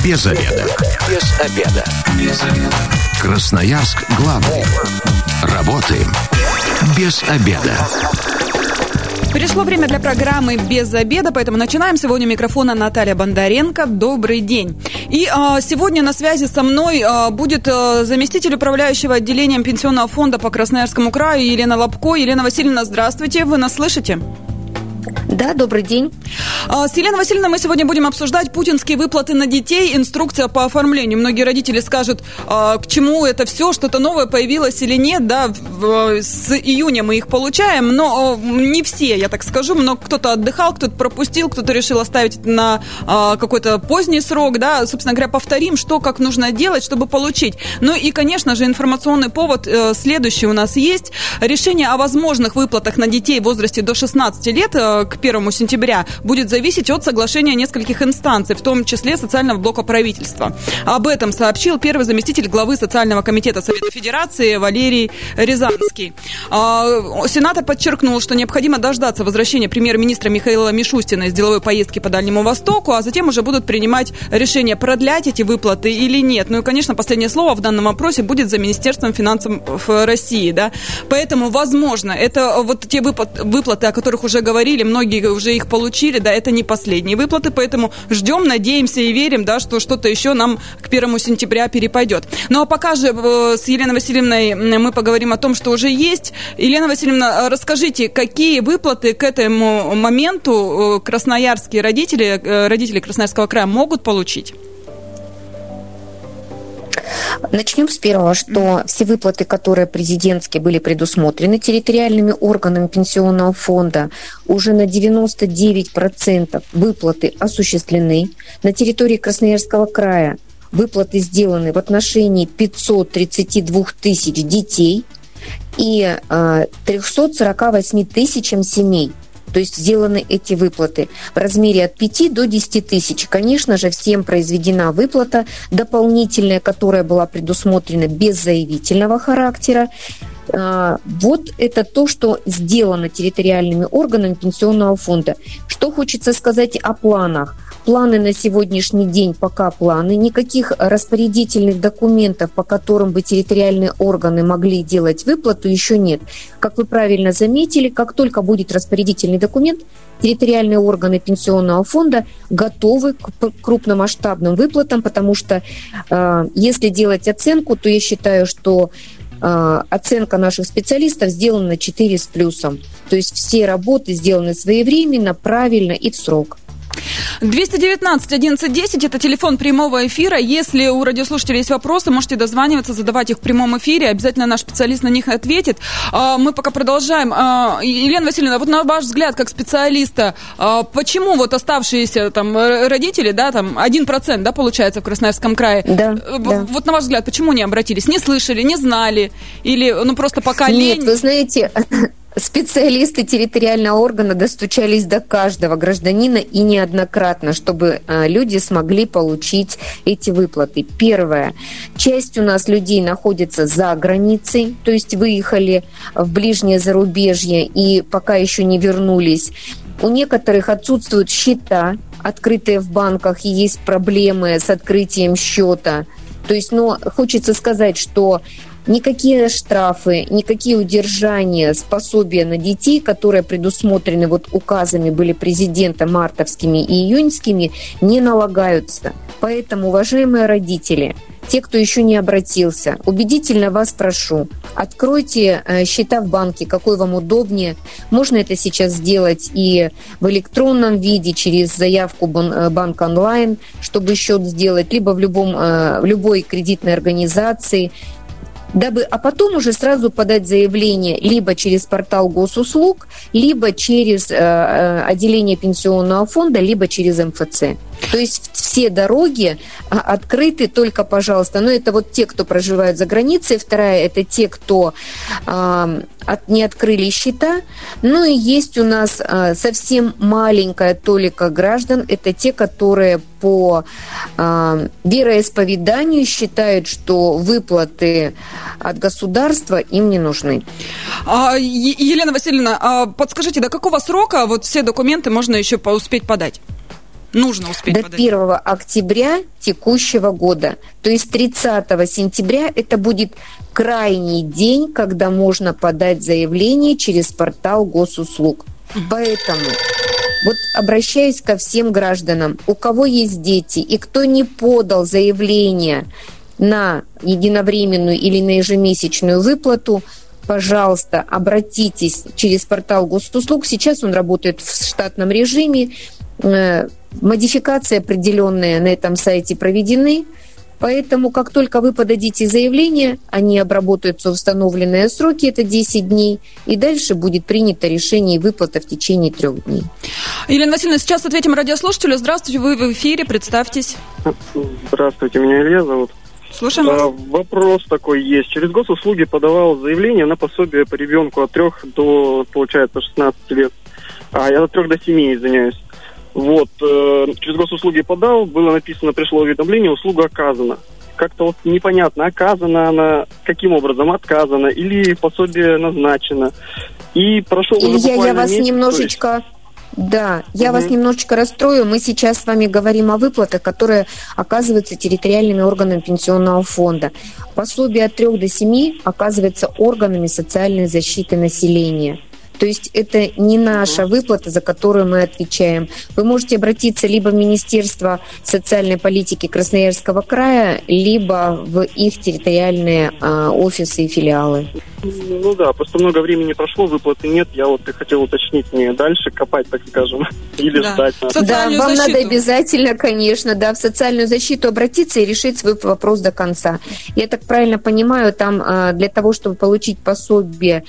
Без обеда. Без обеда. Без обеда. Красноярск главный. Работаем без обеда. Пришло время для программы «Без обеда», поэтому начинаем. Сегодня у микрофона Наталья Бондаренко. Добрый день. И сегодня на связи со мной будет заместитель управляющего отделением Пенсионного фонда по Красноярскому краю Елена Лобко. Елена Васильевна, здравствуйте. Вы нас слышите? Да, добрый день. С Еленой Васильевной мы сегодня будем обсуждать путинские выплаты на детей, инструкция по оформлению. Многие родители скажут, к чему это все, что-то новое появилось или нет. Да, с июня мы их получаем, но не все, я так скажу. Кто-то отдыхал, кто-то пропустил, кто-то решил оставить на какой-то поздний срок. Да, собственно говоря, повторим, что, как нужно делать, чтобы получить. Ну и, конечно же, информационный повод следующий у нас есть. Решение о возможных выплатах на детей в возрасте до 16 лет к 1 сентября будет зависеть от соглашения нескольких инстанций, в том числе социального блока правительства. Об этом сообщил первый заместитель главы Социального комитета Совета Федерации Валерий Рязанский. Сенатор подчеркнул, что необходимо дождаться возвращения премьер-министра Михаила Мишустина из деловой поездки по Дальнему Востоку, а затем уже будут принимать решение, продлять эти выплаты или нет. Ну и, конечно, последнее слово в данном вопросе будет за Министерством финансов России. Да? Поэтому, возможно, это вот те выплаты, о которых уже говорили, многие уже их получили, да, это не последние выплаты, поэтому ждем, надеемся и верим, да, что что-то еще нам к 1 сентября перепадет. Ну а пока же с Еленой Васильевной мы поговорим о том, что уже есть. Елена Васильевна, расскажите, какие выплаты к этому моменту красноярские родители Красноярского края могут получить? Начнем с первого, что все выплаты, которые президентские были предусмотрены территориальными органами Пенсионного фонда, уже на 99% выплаты осуществлены. На территории Красноярского края выплаты сделаны в отношении 532 тысяч детей и 348 тысячам семей. То есть сделаны эти выплаты в размере от 5 до 10 тысяч. Конечно же, всем произведена выплата дополнительная, которая была предусмотрена без заявительного характера. Вот это то, что сделано территориальными органами Пенсионного фонда. Что хочется сказать о планах? Планы на сегодняшний день пока планы. Никаких распорядительных документов, по которым бы территориальные органы могли делать выплату, еще нет. Как вы правильно заметили, как только будет распорядительный документ, территориальные органы Пенсионного фонда готовы к крупномасштабным выплатам, потому что если делать оценку, то я считаю, что оценка наших специалистов сделана 4 с плюсом. То есть все работы сделаны своевременно, правильно и в срок. 219-11-10 – это телефон прямого эфира. Если у радиослушателей есть вопросы, можете дозваниваться, задавать их в прямом эфире. Обязательно наш специалист на них ответит. Мы пока продолжаем. Елена Васильевна, вот на ваш взгляд, как специалиста, почему вот оставшиеся там родители, да, там 1%, да, получается, в Красноярском крае? Да. Вот на ваш взгляд, почему не обратились? Не слышали, не знали? Или, просто пока лень? Нет, вы знаете... Специалисты территориального органа достучались до каждого гражданина и неоднократно, чтобы люди смогли получить эти выплаты. Первое. Часть у нас людей находится за границей, то есть выехали в ближнее зарубежье и пока еще не вернулись. У некоторых отсутствуют счета, открытые в банках, и есть проблемы с открытием счета. То есть, хочется сказать, что никакие штрафы, никакие удержания с пособия на детей, которые предусмотрены указами были президента мартовскими и июньскими, не налагаются. Поэтому, уважаемые родители, те, кто еще не обратился, убедительно вас прошу, откройте счета в банке, какой вам удобнее. Можно это сейчас сделать и в электронном виде, через заявку банк онлайн, чтобы счет сделать, либо в любой кредитной организации, а потом уже сразу подать заявление либо через портал госуслуг, либо через отделение Пенсионного фонда, либо через МФЦ. То есть все дороги открыты, только, пожалуйста, это вот те, кто проживают за границей. Вторая – это те, кто не открыли счета. Ну и есть у нас совсем маленькая толика граждан. Это те, которые по вероисповеданию считают, что выплаты от государства им не нужны. Елена Васильевна, подскажите, до какого срока вот все документы можно еще успеть подать? Нужно успеть до 1 октября текущего года. То есть 30 сентября это будет крайний день, когда можно подать заявление через портал госуслуг. Поэтому вот обращаюсь ко всем гражданам, у кого есть дети и кто не подал заявление на единовременную или на ежемесячную выплату, пожалуйста, обратитесь через портал госуслуг. Сейчас он работает в штатном режиме. Модификации определенные на этом сайте проведены. Поэтому, как только вы подадите заявление, они обработаются в установленные сроки, это 10 дней, и дальше будет принято решение и выплата в течение 3 дней. Елена Васильевна, сейчас ответим радиослушателю. Здравствуйте, вы в эфире, представьтесь. Здравствуйте, меня Илья зовут. Слушаем вас. Вопрос такой есть. Через госуслуги подавал заявление на пособие по ребенку от 3 до, получается, 16 лет. От 3 до 7, извиняюсь. Вот, через госуслуги подал, было написано, пришло уведомление, услуга оказана. Как-то вот непонятно, оказана она, каким образом отказана, или пособие назначено. И прошел уже буквально я вас месяц, немножечко... Да, я вас немножечко расстрою. Мы сейчас с вами говорим о выплатах, которые оказываются территориальными органами пенсионного фонда. Пособие от 3 до 7 оказывается органами социальной защиты населения. То есть это не наша выплата, за которую мы отвечаем. Вы можете обратиться либо в Министерство социальной политики Красноярского края, либо в их территориальные офисы и филиалы. Ну да, просто много времени прошло, выплаты нет. Я вот и хотел уточнить, мне дальше копать, так скажем, или ждать. Да, вам надо обязательно, конечно, в социальную защиту обратиться и решить свой вопрос до конца. Я так правильно понимаю, там для того, чтобы получить пособие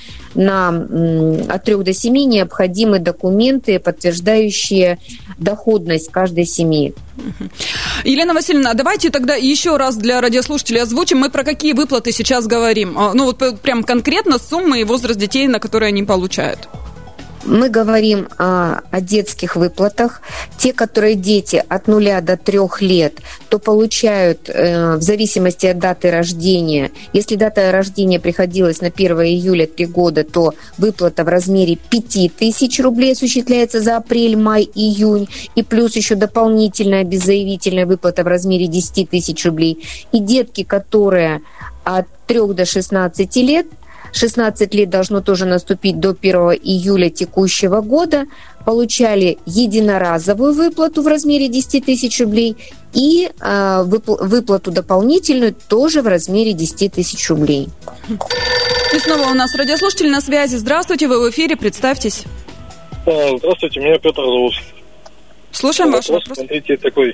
от 3 до 7, необходимы документы, подтверждающие доходность каждой семьи. Елена Васильевна, давайте тогда еще раз для радиослушателей озвучим, мы про какие выплаты сейчас говорим. Ну вот прям конкретно суммы и возраст детей, на которые они получают. Мы говорим о детских выплатах. Те, которые дети от 0 до 3 лет, то получают в зависимости от даты рождения. Если дата рождения приходилась на 1 июля 3 года, то выплата в размере 5000 рублей осуществляется за апрель, май, июнь. И плюс еще дополнительная беззаявительная выплата в размере 10 тысяч рублей. И детки, которые от 3 до 16 лет, 16 лет должно тоже наступить до 1 июля текущего года, получали единоразовую выплату в размере 10 тысяч рублей и выплату дополнительную тоже в размере 10 тысяч рублей. И снова у нас радиослушатель на связи. Здравствуйте, вы в эфире, представьтесь. Здравствуйте, меня Петр зовут. Слушаем ваш вопрос. Смотрите, такой.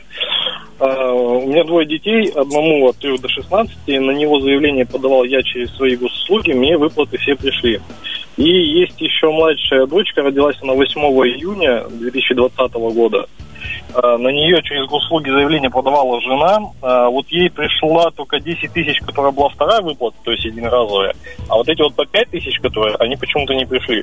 У меня 2 детей, одному от 3 до 16, на него заявление подавал я через свои госуслуги, мне выплаты все пришли. И есть еще младшая дочка, родилась она 8 июня 2020 года. На нее через госуслуги заявление подавала жена, вот ей пришла только 10 тысяч, которая была вторая выплата, то есть единоразовая, а вот эти вот по 5 тысяч, которые, они почему-то не пришли.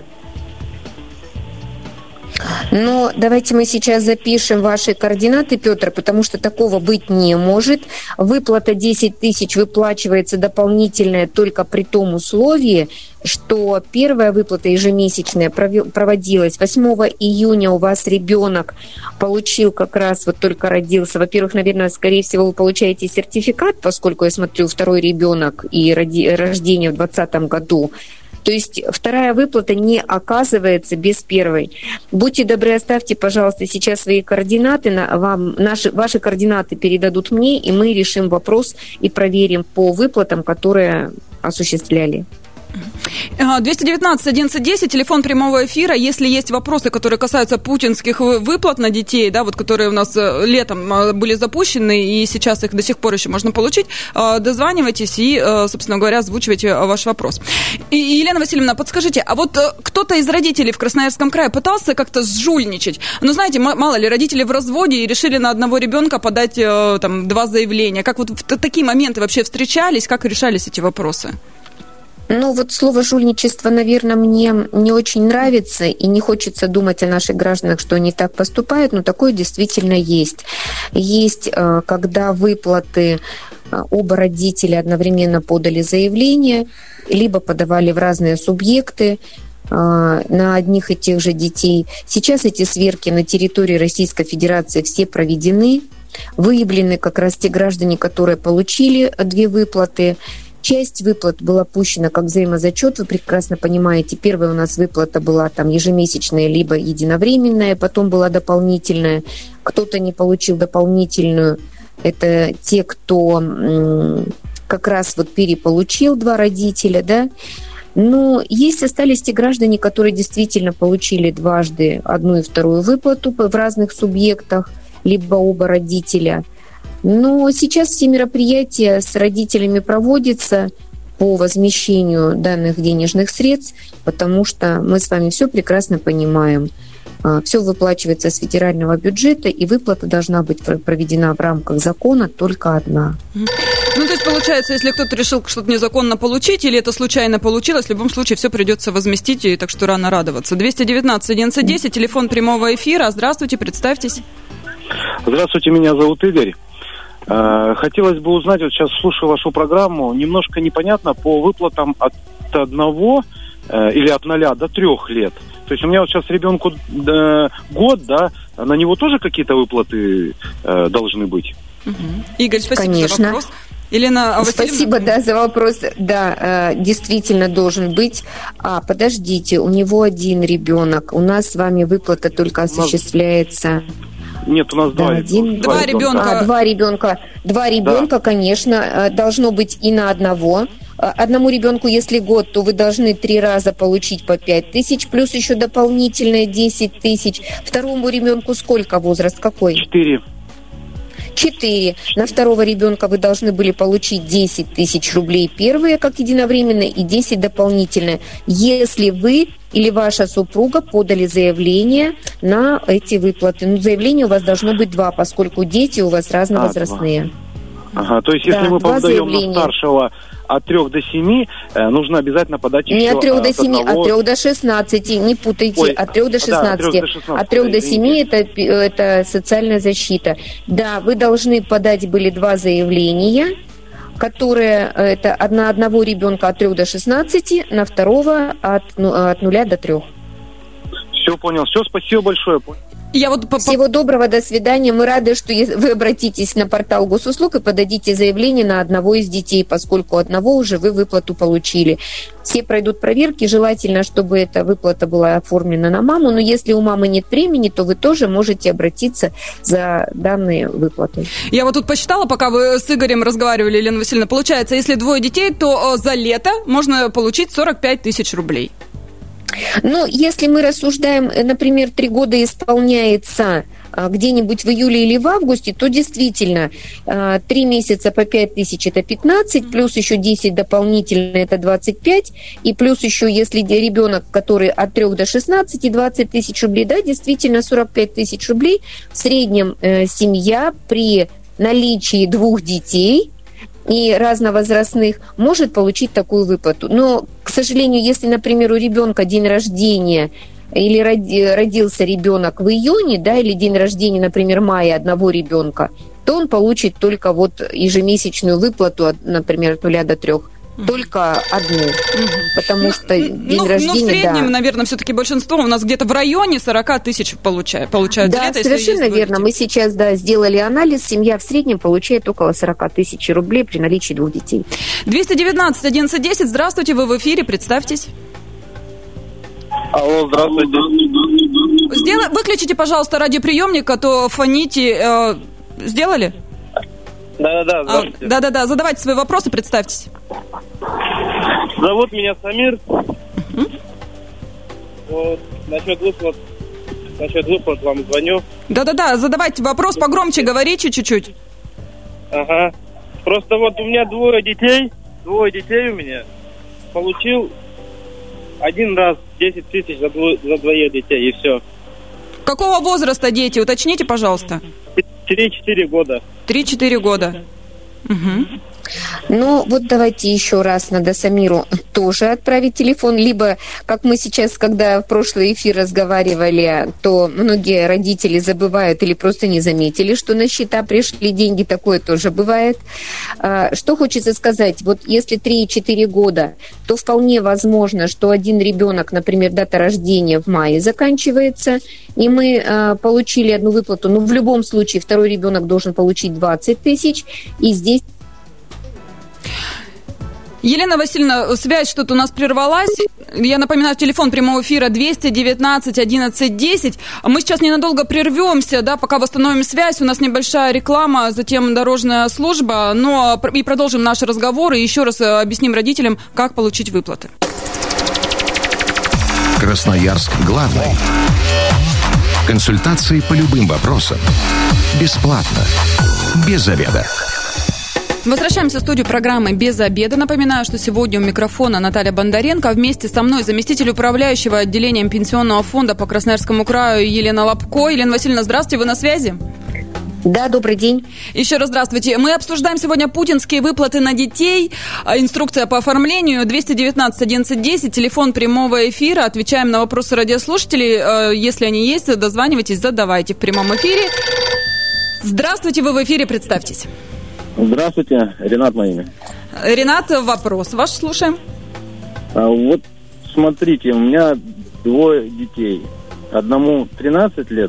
Но давайте мы сейчас запишем ваши координаты, Петр, потому что такого быть не может. Выплата 10 тысяч выплачивается дополнительная только при том условии, что первая выплата ежемесячная проводилась 8 июня, у вас ребенок получил как раз, вот только родился. Во-первых, наверное, скорее всего, вы получаете сертификат, поскольку я смотрю, второй ребенок и рождение в 2020 году. То есть вторая выплата не оказывается без первой. Будьте добры, оставьте, пожалуйста, сейчас свои координаты. Ваши координаты передадут мне, и мы решим вопрос и проверим по выплатам, которые осуществляли. 219-11-10, телефон прямого эфира. Если есть вопросы, которые касаются путинских выплат на детей, да, вот которые у нас летом были запущены, и сейчас их до сих пор еще можно получить, дозванивайтесь и, собственно говоря, озвучивайте ваш вопрос. И, Елена Васильевна, подскажите, а вот кто-то из родителей в Красноярском крае пытался как-то сжульничать? Ну, знаете, мало ли, родители в разводе и решили на одного ребенка подать там 2 заявления. Как вот в такие моменты вообще встречались, как решались эти вопросы? Ну, вот слово «жульничество», наверное, мне не очень нравится, и не хочется думать о наших гражданах, что они так поступают, но такое действительно есть. Есть, когда выплаты оба родителя одновременно подали заявление, либо подавали в разные субъекты. на одних и тех же детей. Сейчас эти сверки на территории Российской Федерации все проведены. Выявлены как раз те граждане, которые получили 2 выплаты. Часть выплат была пущена как взаимозачет. Вы прекрасно понимаете, первая у нас выплата была там ежемесячная, либо единовременная, потом была дополнительная. Кто-то не получил дополнительную. Это те, кто как раз вот переполучил 2 родителя, да. Но остались те граждане, которые действительно получили дважды 1 и 2 выплату в разных субъектах, либо оба родителя. Но сейчас все мероприятия с родителями проводятся по возмещению данных денежных средств, потому что мы с вами все прекрасно понимаем. Все выплачивается с федерального бюджета, и выплата должна быть проведена в рамках закона только одна. Ну, то есть, получается, если кто-то решил что-то незаконно получить, или это случайно получилось, в любом случае все придется возместить, и так что рано радоваться. 219-11-10, телефон прямого эфира. Здравствуйте, представьтесь. Здравствуйте, меня зовут Игорь. Хотелось бы узнать, вот сейчас слушаю вашу программу, немножко непонятно по выплатам от 1 или от 0 до 3 лет. То есть у меня вот сейчас ребенку год, да, на него тоже какие-то выплаты должны быть? Угу. Игорь, спасибо Конечно. за вопрос. Елена Васильевна. Спасибо, за вопрос. Да, действительно должен быть. Подождите, у него 1 ребенок. У нас с вами выплата только осуществляется... Нет, у нас 2 ребенка. 2 ребенка. 2 ребенка. 2 ребенка, да. Конечно, должно быть и на одного. Одному ребенку, если год, то вы должны 3 раза получить по 5 тысяч, плюс еще дополнительные 10 тысяч. Второму ребенку сколько возраст? Какой? 4. 4. На 2 ребенка вы должны были получить 10 тысяч рублей первые, как единовременные, и 10 дополнительные. Если вы или ваша супруга подали заявление на эти выплаты. Ну, заявление у вас должно быть 2, поскольку дети у вас разновозрастные. Ага, то есть если мы подаем на старшего от 3 до 7, нужно обязательно подать еще... Не от 3 до 7, от 3 до 16, не путайте, от 3 до 16. Да, от 3 до 7 это социальная защита. Да, вы должны подать были 2 заявления, которые это на одного ребенка от 3 до 16, на второго от 0 до 3. Все понял, все, спасибо большое. Всего доброго, до свидания. Мы рады, что вы обратитесь на портал госуслуг и подадите заявление на одного из детей, поскольку одного уже вы выплату получили. Все пройдут проверки, желательно, чтобы эта выплата была оформлена на маму, но если у мамы нет времени, то вы тоже можете обратиться за данные выплаты. Я вот тут посчитала, пока вы с Игорем разговаривали, Елена Васильевна, получается, если 2 детей, то за лето можно получить 45 тысяч рублей. Ну, если мы рассуждаем, например, 3 года исполняется где-нибудь в июле или в августе, то действительно 3 месяца по 5 тысяч – это 15, плюс еще 10 дополнительно – это 25, и плюс еще, если ребенок, который от 3 до 16, 20 тысяч рублей, да, действительно 45 тысяч рублей. В среднем семья при наличии 2 детей и разновозрастных может получить такую выплату. Но, к сожалению, если, например, у ребенка день рождения или родился ребенок в июне, да, или день рождения, например, мая одного ребенка, то он получит только вот ежемесячную выплату, например, от 0 до 3. Только одну, потому что день рождения... Ну, в среднем, да, наверное, все-таки большинство у нас где-то в районе 40 тысяч получают. Да, лето, совершенно верно. Мы сейчас, сделали анализ. Семья в среднем получает около 40 тысяч рублей при наличии 2 детей. 219-11-10. Здравствуйте, вы в эфире, представьтесь. Алло, здравствуйте. Выключите, пожалуйста, радиоприемник, а то фоните. Сделали? Да-да-да, да-да-да, задавайте свои вопросы, представьтесь. Зовут меня Самир. Вот, насчет выплат вам звоню. Да-да-да, задавайте вопрос, погромче говорите чуть-чуть. Ага. Просто вот у меня 2 детей. 2 детей у меня. Получил 1 раз 10 тысяч за 2 детей, и все. Какого возраста дети? Уточните, пожалуйста. 3-4 года. 3-4 года. Угу. Ну, вот давайте еще раз надо Самиру тоже отправить телефон. Либо, как мы сейчас, когда в прошлый эфир разговаривали, то многие родители забывают или просто не заметили, что на счета пришли деньги. Такое тоже бывает. Что хочется сказать? Вот если 3-4 года, то вполне возможно, что один ребенок, например, дата рождения в мае заканчивается, и мы получили одну выплату. Но в любом случае второй ребенок должен получить 20 тысяч. И здесь... Елена Васильевна, связь что-то у нас прервалась. Я напоминаю, телефон прямого эфира 219 11 10. Мы сейчас ненадолго прервемся, да, пока восстановим связь. У нас небольшая реклама, затем дорожная служба. Но и продолжим наш разговор и еще раз объясним родителям, как получить выплаты. Красноярск главный. Консультации по любым вопросам. Бесплатно. Без заведа. Возвращаемся в студию программы «Без обеда». Напоминаю, что сегодня у микрофона Наталья Бондаренко. Вместе со мной заместитель управляющего отделением Пенсионного фонда по Красноярскому краю Елена Лапко. Елена Васильевна, здравствуйте, вы на связи? Да, добрый день. Еще раз здравствуйте. Мы обсуждаем сегодня путинские выплаты на детей. Инструкция по оформлению 219 11 10. Телефон прямого эфира. Отвечаем на вопросы радиослушателей. Если они есть, дозванивайтесь, задавайте в прямом эфире. Здравствуйте, вы в эфире, представьтесь. Здравствуйте, Ренат мое имя. Ренат, вопрос ваш слушаем. Вот смотрите, у меня 2 детей. Одному 13 лет,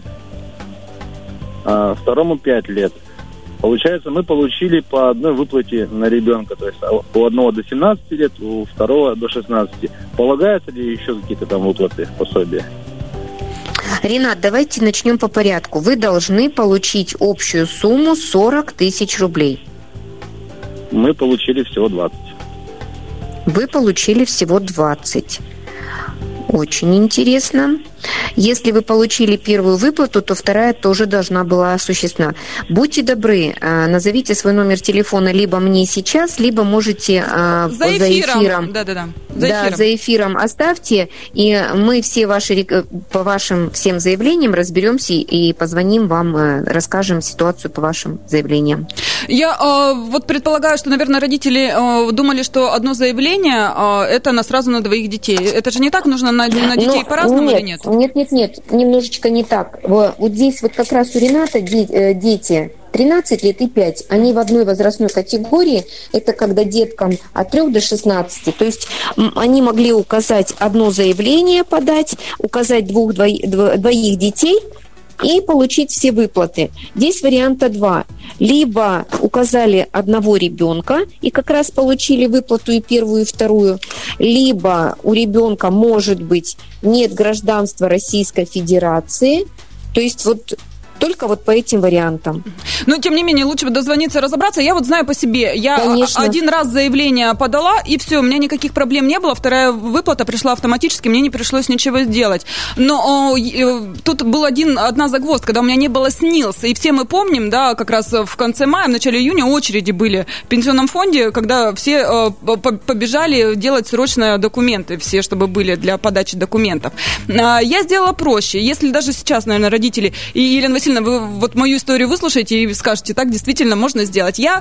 а второму 5 лет. Получается, мы получили по одной выплате на ребенка. То есть у одного до 17 лет, у второго до 16. Полагаются ли еще какие-то там выплаты, пособия? Ренат, давайте начнем по порядку. Вы должны получить общую сумму 40 тысяч рублей. Мы получили всего 20. Вы получили всего 20. Очень интересно. Если вы получили первую выплату, то вторая тоже должна была осуществлена. Будьте добры, назовите свой номер телефона либо мне сейчас, либо можете за эфиром. За эфиром оставьте, и мы все по вашим всем заявлениям разберемся и позвоним вам, расскажем ситуацию по вашим заявлениям. Я вот предполагаю, что, наверное, родители думали, что одно заявление это сразу на 2 детей. Это же не так, нужно на детей по-разному или нет? Нет, немножечко не так. Вот здесь вот как раз у Рената дети 13 лет и 5, они в одной возрастной категории, это когда деткам от 3 до 16. То есть они могли указать одно заявление подать, указать двоих детей и получить все выплаты. Здесь варианта 2. Либо указали одного ребенка и как раз получили выплату и первую, и вторую, либо у ребенка, может быть, нет гражданства Российской Федерации. То есть вот только вот по этим вариантам. Но, тем не менее, лучше бы дозвониться и разобраться. Я вот знаю по себе. Я один раз заявление подала, и все, у меня никаких проблем не было. Вторая выплата пришла автоматически, мне не пришлось ничего сделать. Но тут была одна загвоздка, когда у меня не было СНИЛС. И все мы помним, да, как раз в конце мая, в начале июня очереди были в пенсионном фонде, когда все побежали делать срочно документы, все, чтобы были для подачи документов. Я сделала проще. Если даже сейчас, наверное, родители и Елена Васильевна, вы вот мою историю выслушаете и скажете, так действительно можно сделать. Я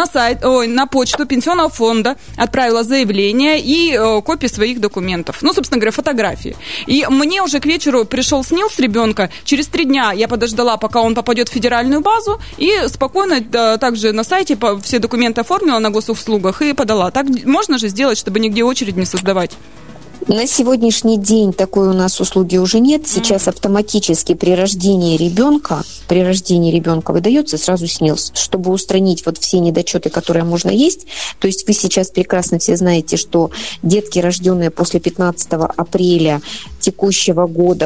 на почту Пенсионного фонда отправила заявление и копии своих документов. Ну, собственно говоря, фотографии. И мне уже к вечеру пришел СНИЛС ребенка. Через 3 дня я подождала, пока он попадет в федеральную базу, и спокойно также на сайте все документы оформила на госуслугах и подала. Так можно же сделать, чтобы нигде очередь не создавать? На сегодняшний день такой у нас услуги уже нет. Сейчас автоматически при рождении ребенка выдается сразу СНИЛС, чтобы устранить вот все недочеты, которые можно есть. То есть вы сейчас прекрасно все знаете, что детки, рожденные после 15 апреля текущего года,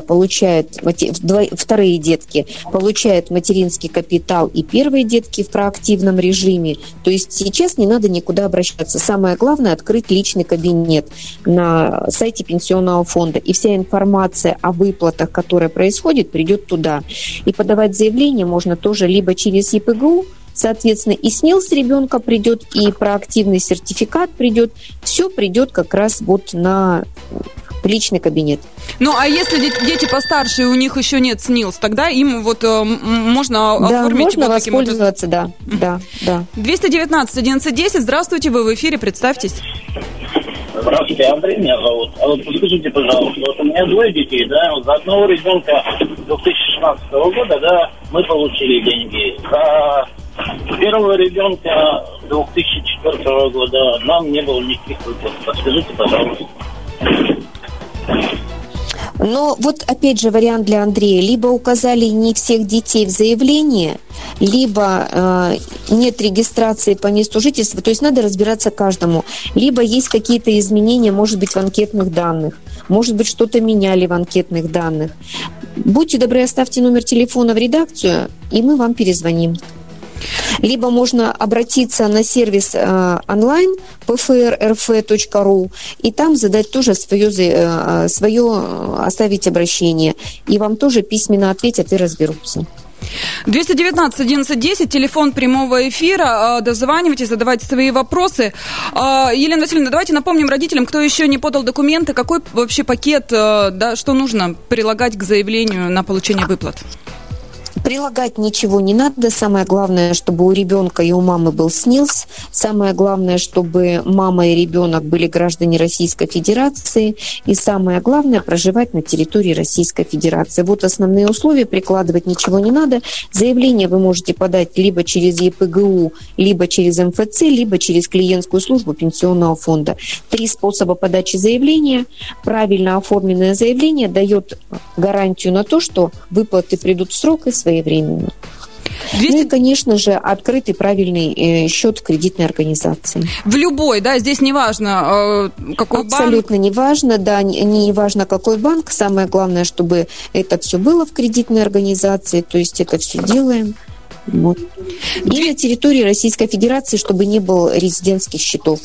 вторые детки получают материнский капитал, и первые детки в проактивном режиме. То есть сейчас не надо никуда обращаться. Самое главное — открыть личный кабинет на сайте Пенсионного фонда, и вся информация о выплатах, которая происходит, придет туда. И подавать заявление можно тоже либо через ЕПГУ, соответственно, и СНИЛС ребенка придет, и проактивный сертификат придет. Все придет как раз вот на личный кабинет. Ну, а если дети постарше, и у них еще нет СНИЛС, тогда им вот можно оформить можно вот таким образом? воспользоваться, да. 219-11-10, здравствуйте, вы в эфире, представьтесь. Здравствуйте, Андрей меня зовут. А вот подскажите, пожалуйста, вот у меня 2 детей, да, вот за одного ребенка 2016 года, да, мы получили деньги. За первого ребенка 2004 года нам не было никаких выплат. Подскажите, пожалуйста. Но вот опять же вариант для Андрея. Либо указали не всех детей в заявлении, либо нет регистрации по месту жительства. То есть надо разбираться каждому. Либо есть какие-то изменения, может быть, в анкетных данных. Может быть, что-то меняли в анкетных данных. Будьте добры, оставьте номер телефона в редакцию, и мы вам перезвоним. Либо можно обратиться на сервис онлайн pfrrf.ru и там задать тоже свое оставить обращение. И вам тоже письменно ответят и разберутся. 219-11-10, телефон прямого эфира. Дозванивайтесь, задавайте свои вопросы. Елена Васильевна, давайте напомним родителям, кто еще не подал документы, какой вообще пакет, да, что нужно прилагать к заявлению на получение выплат. Прилагать ничего не надо. Самое главное, чтобы у ребенка и у мамы был СНИЛС. Самое главное, чтобы мама и ребенок были граждане Российской Федерации. И самое главное, проживать на территории Российской Федерации. Вот основные условия. Прикладывать ничего не надо. Заявление вы можете подать либо через ЕПГУ, либо через МФЦ, либо через клиентскую службу Пенсионного фонда. 3 способа подачи заявления. Правильно оформленное заявление дает гарантию на то, что выплаты придут в срок и своевременно. Ну и, конечно же, открытый правильный счет в кредитной организации. В любой, да, здесь не важно, какой банк. Абсолютно не важно, да, не важно, какой банк. Самое главное, чтобы это все было в кредитной организации, то есть это все делаем. Вот. И на территории Российской Федерации, чтобы не было резидентских счетов.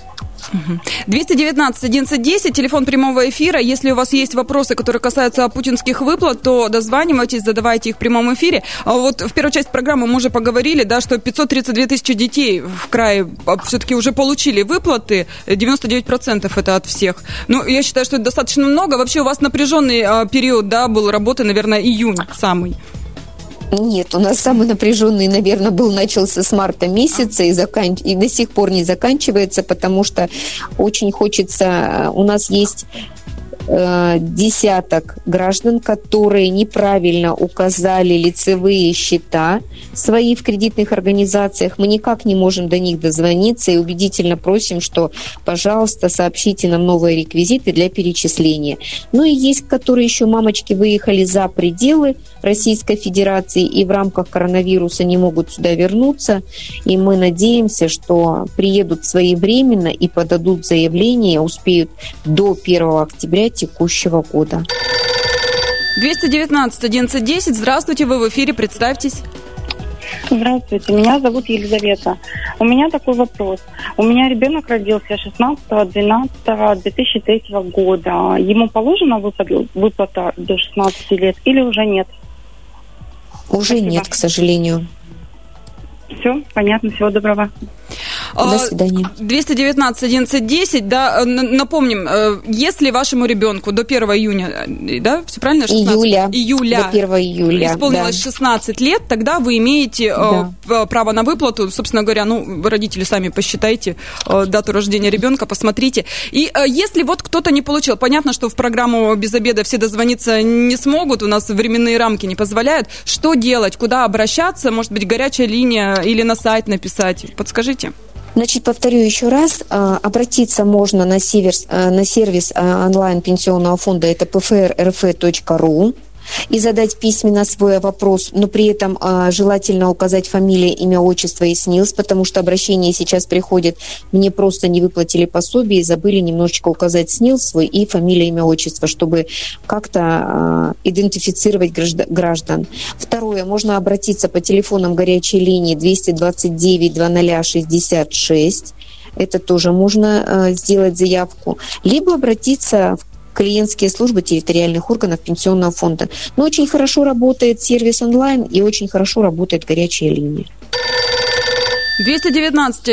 219-11-10, телефон прямого эфира. Если у вас есть вопросы, которые касаются путинских выплат, то дозванивайтесь, задавайте их в прямом эфире. А вот в первой части программы мы уже поговорили, да, что 532 тысячи детей в крае все-таки уже получили выплаты, 99% это от всех. Ну, я считаю, что это достаточно много. Вообще у вас напряженный период, да, был работы, наверное, июнь самый. Нет, у нас самый напряженный, наверное, начался с марта месяца и до сих пор не заканчивается, потому что очень хочется... У нас есть десяток граждан, которые неправильно указали лицевые счета свои в кредитных организациях. Мы никак не можем до них дозвониться и убедительно просим, что, пожалуйста, сообщите нам новые реквизиты для перечисления. Ну и есть, которые еще мамочки выехали за пределы Российской Федерации и в рамках коронавируса не могут сюда вернуться. И мы надеемся, что приедут своевременно и подадут заявление, успеют до 1 октября текущего года. 219-11-10. Здравствуйте, вы в эфире, представьтесь. Здравствуйте, меня зовут Елизавета. У меня такой вопрос. У меня ребенок родился 16.12.2003 года. Ему положена выплата до 16 лет или уже нет? Уже Спасибо. Нет, к сожалению. Все, понятно, всего доброго. До свидания. 219-11-10, да, напомним, если вашему ребенку до 1 июня, да, все правильно? 16? Июля. До 1 июля. Исполнилось 16 лет, тогда вы имеете право на выплату, собственно говоря, ну, родители сами посчитайте дату рождения ребенка, посмотрите. И если вот кто-то не получил, понятно, что в программу «Без обеда» все дозвониться не смогут, у нас временные рамки не позволяют. Что делать, куда обращаться, может быть, горячая линия или на сайт написать? Подскажите. Значит, повторю еще раз, обратиться можно на сервис онлайн Пенсионного фонда, это pfrrf.ru, и задать письменно свой вопрос, но при этом желательно указать фамилию, имя, отчество и СНИЛС, потому что обращение сейчас приходит, мне просто не выплатили пособие и забыли немножечко указать СНИЛС свой и фамилия, имя, отчество, чтобы как-то идентифицировать граждан. Второе, можно обратиться по телефонам горячей линии 229-00-66, это тоже можно сделать заявку, либо обратиться в клиентские службы территориальных органов Пенсионного фонда. Но очень хорошо работает сервис онлайн и очень хорошо работает горячая линия.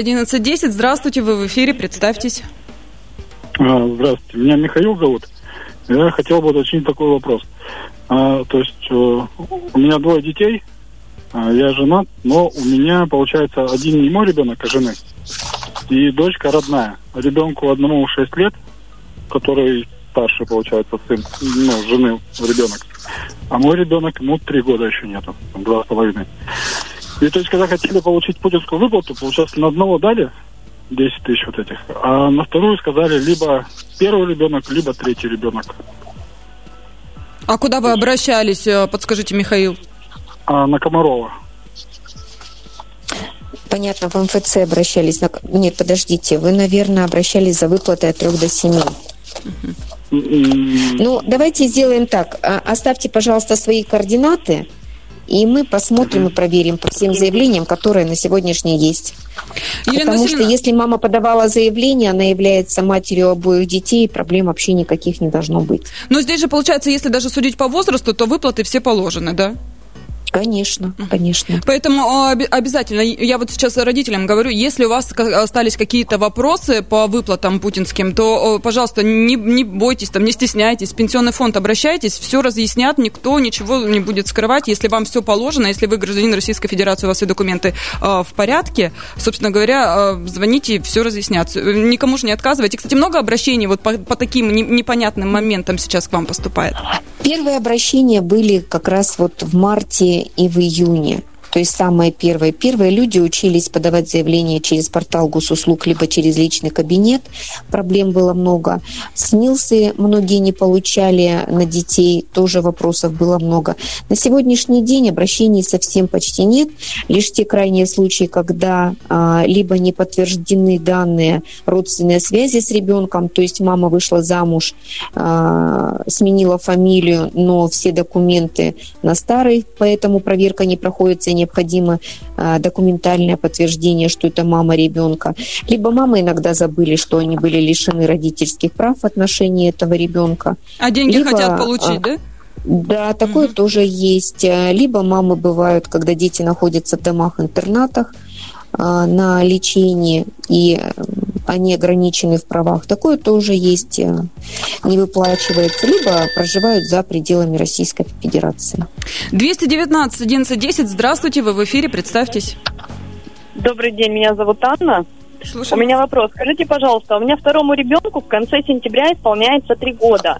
219-11-10. Здравствуйте, вы в эфире, представьтесь. Здравствуйте, меня Михаил зовут. Я хотел бы уточнить такой вопрос. То есть у меня 2 детей, я женат, но у меня, получается, один не мой ребенок, а жены. И дочка родная. Ребенку одному 6 лет, который старше, получается, сын, жены ребенок. А мой ребенок, ему 3 года еще нету, 2,5. И то есть, когда хотели получить путинскую выплату, получается, на одного дали 10 тысяч вот этих, а на вторую сказали либо первый ребенок, либо 3-й ребенок. А куда вы обращались, подскажите, Михаил? На Комарова. Понятно, в МФЦ обращались. Нет, подождите, вы, наверное, обращались за выплатой от 3 до 7. Ну, давайте сделаем так. Оставьте, пожалуйста, свои координаты, и мы посмотрим и проверим по всем заявлениям, которые на сегодняшний есть. Потому что если мама подавала заявление, она является матерью обоих детей, проблем вообще никаких не должно быть. Но здесь же, получается, если даже судить по возрасту, то выплаты все положены, да? Конечно, конечно. Поэтому обязательно, я вот сейчас родителям говорю, если у вас остались какие-то вопросы по выплатам путинским, то, пожалуйста, не бойтесь, не стесняйтесь, в пенсионный фонд обращайтесь, все разъяснят, никто ничего не будет скрывать, если вам все положено, если вы гражданин Российской Федерации, у вас все документы в порядке, собственно говоря, звоните, все разъяснят. Никому же не отказывайте. Кстати, много обращений вот по таким непонятным моментам сейчас к вам поступает? Первые обращения были как раз вот в марте и в июне. То есть самое первое. Первые люди учились подавать заявления через портал госуслуг, либо через личный кабинет. Проблем было много. СНИЛСы многие не получали на детей, тоже вопросов было много. На сегодняшний день обращений совсем почти нет. Лишь те крайние случаи, когда либо не подтверждены данные родственной связи с ребенком, то есть мама вышла замуж, сменила фамилию, но все документы на старый, поэтому проверка не проходит, необходимо документальное подтверждение, что это мама ребенка. Либо мамы иногда забыли, что они были лишены родительских прав в отношении этого ребенка. А деньги хотят получить, да? Да, такое тоже есть. Либо мамы бывают, когда дети находятся в домах-интернатах на лечении, и они ограничены в правах. Такое тоже есть, не выплачивается. Либо проживают за пределами Российской Федерации. 219-11-10. Здравствуйте, вы в эфире, представьтесь. Добрый день, меня зовут Анна. Слушаем. У меня вопрос. Скажите, пожалуйста, у меня второму ребенку в конце сентября исполняется 3 года.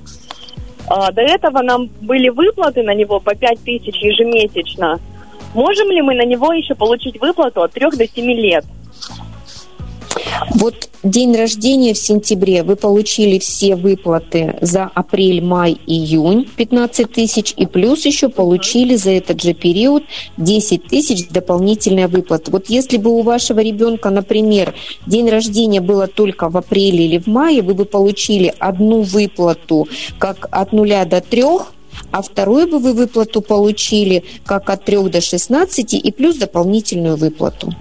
До этого нам были выплаты на него по 5 тысяч ежемесячно. Можем ли мы на него еще получить выплату от 3 до 7 лет? Вот день рождения в сентябре вы получили все выплаты за апрель, май, июнь 15 тысяч, и плюс еще получили за этот же период 10 тысяч дополнительная выплата. Вот если бы у вашего ребенка, например, день рождения было только в апреле или в мае, вы бы получили одну выплату как от 0 до 3, а вторую бы вы выплату получили как от 3 до 16 и плюс дополнительную выплату.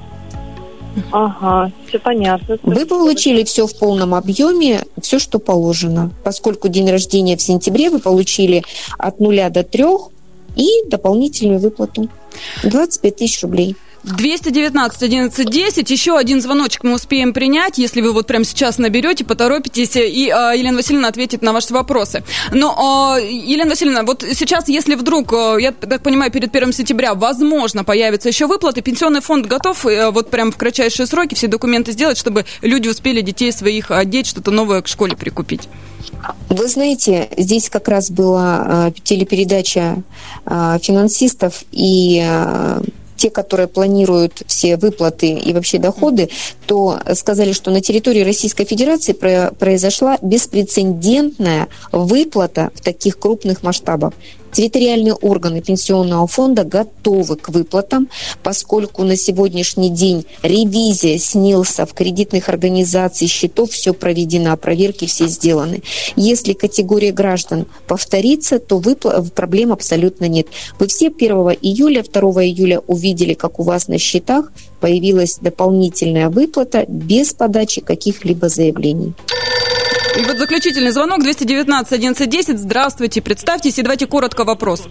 Ага, все понятно. Вы получили все в полном объеме, все, что положено. Поскольку день рождения в сентябре, вы получили от 0 до 3 и дополнительную выплату 25 тысяч рублей. 219-11-10. Еще один звоночек мы успеем принять, если вы вот прямо сейчас наберете, поторопитесь, и Елена Васильевна ответит на ваши вопросы. Но, Елена Васильевна, вот сейчас, если вдруг, я так понимаю, перед 1 сентября, возможно, появятся еще выплаты, пенсионный фонд готов вот прям в кратчайшие сроки все документы сделать, чтобы люди успели детей своих одеть, что-то новое к школе прикупить? Вы знаете, здесь как раз была телепередача финансистов, и те, которые планируют все выплаты и вообще доходы, то сказали, что на территории Российской Федерации произошла беспрецедентная выплата в таких крупных масштабах. Территориальные органы пенсионного фонда готовы к выплатам, поскольку на сегодняшний день ревизия СНИЛСов, кредитных организаций, счетов, все проведена, проверки все сделаны. Если категория граждан повторится, то проблем абсолютно нет. Вы все 1 июля, 2 июля увидели, как у вас на счетах появилась дополнительная выплата без подачи каких-либо заявлений. И вот заключительный звонок, 219-11-10. Здравствуйте, представьтесь и давайте коротко вопрос.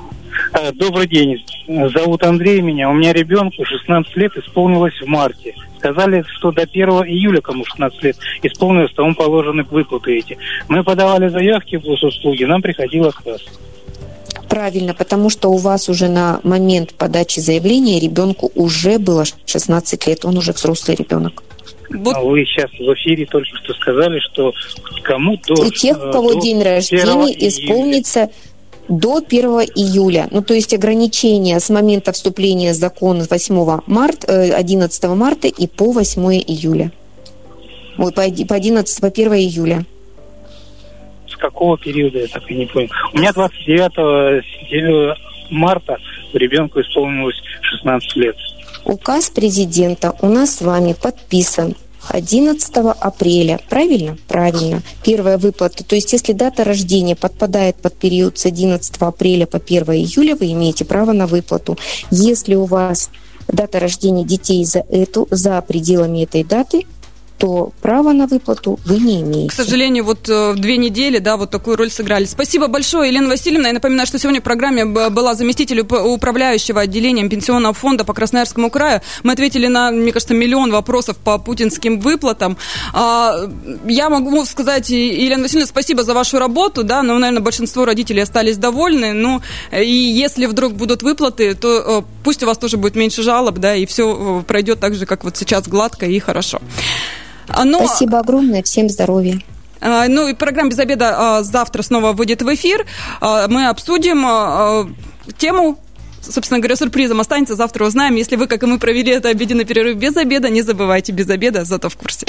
Добрый день, зовут Андрей меня. У меня ребенку 16 лет исполнилось в марте. Сказали, что до 1 июля, кому 16 лет исполнилось, тому положены выплаты эти. Мы подавали заявки в госуслуги, нам приходил отказ. Правильно, потому что у вас уже на момент подачи заявления ребенку уже было 16 лет, он уже взрослый ребенок. Вот. А вы сейчас в эфире только что сказали, что кому до... У тех, у кого день рождения исполнится до 1 июля. Ну, то есть ограничения с момента вступления в закон с 11 марта и по 8 июля. Ой, по 1 июля. С какого периода, я так и не понял. У меня 29 марта ребенку исполнилось 16 лет. Указ президента у нас с вами подписан 11 апреля. Правильно? Правильно. Первая выплата. То есть, если дата рождения подпадает под период с 11 апреля по 1 июля, вы имеете право на выплату. Если у вас дата рождения детей за пределами этой даты, то права на выплату вы не имеете. К сожалению, вот 2 недели, да, вот такую роль сыграли. Спасибо большое, Елена Васильевна. Я напоминаю, что сегодня в программе была заместитель управляющего отделением Пенсионного фонда по Красноярскому краю. Мы ответили на, мне кажется, миллион вопросов по путинским выплатам. Я могу сказать, Елена Васильевна, спасибо за вашу работу, да, но, наверное, большинство родителей остались довольны. Ну, и если вдруг будут выплаты, то пусть у вас тоже будет меньше жалоб, да, и все пройдет так же, как вот сейчас, гладко и хорошо. Спасибо огромное, всем здоровья. Ну и программа «Без обеда» завтра снова выйдет в эфир. Мы обсудим тему, собственно говоря, сюрпризом останется, завтра узнаем. Если вы, как и мы, провели это обеденный перерыв без обеда, не забывайте, без обеда, зато в курсе.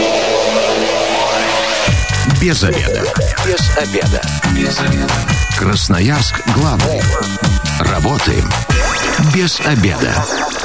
Без обеда. Без обеда. Без обеда. Красноярск главный. Работаем без обеда.